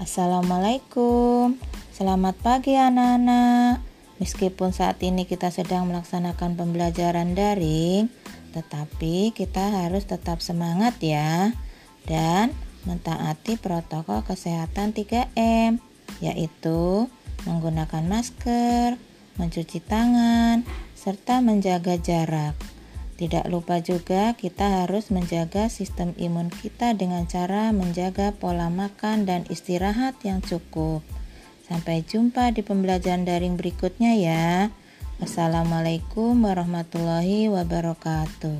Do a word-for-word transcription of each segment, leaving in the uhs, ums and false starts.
Assalamualaikum, selamat pagi anak-anak. Meskipun saat ini kita sedang melaksanakan pembelajaran daring, tetapi kita harus tetap semangat ya, dan mentaati protokol kesehatan tiga M, yaitu menggunakan masker, mencuci tangan, serta menjaga jarak. Tidak lupa juga kita harus menjaga sistem imun kita dengan cara menjaga pola makan dan istirahat yang cukup. Sampai jumpa di pembelajaran daring berikutnya ya. Wassalamualaikum warahmatullahi wabarakatuh.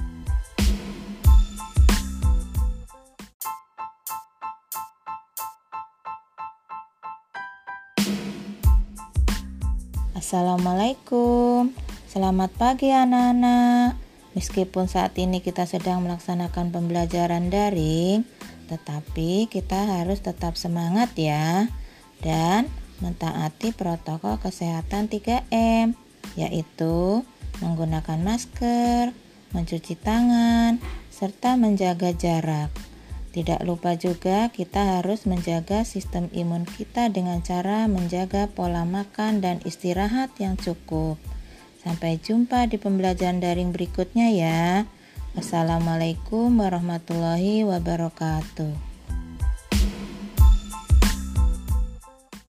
Assalamualaikum, selamat pagi anak-anak. Meskipun saat ini kita sedang melaksanakan pembelajaran daring, tetapi kita harus tetap semangat ya, dan mentaati protokol kesehatan tiga M, yaitu menggunakan masker, mencuci tangan, serta menjaga jarak. Tidak lupa juga kita harus menjaga sistem imun kita dengan cara menjaga pola makan dan istirahat yang cukup. Sampai jumpa di pembelajaran daring berikutnya ya. Wassalamualaikum warahmatullahi wabarakatuh.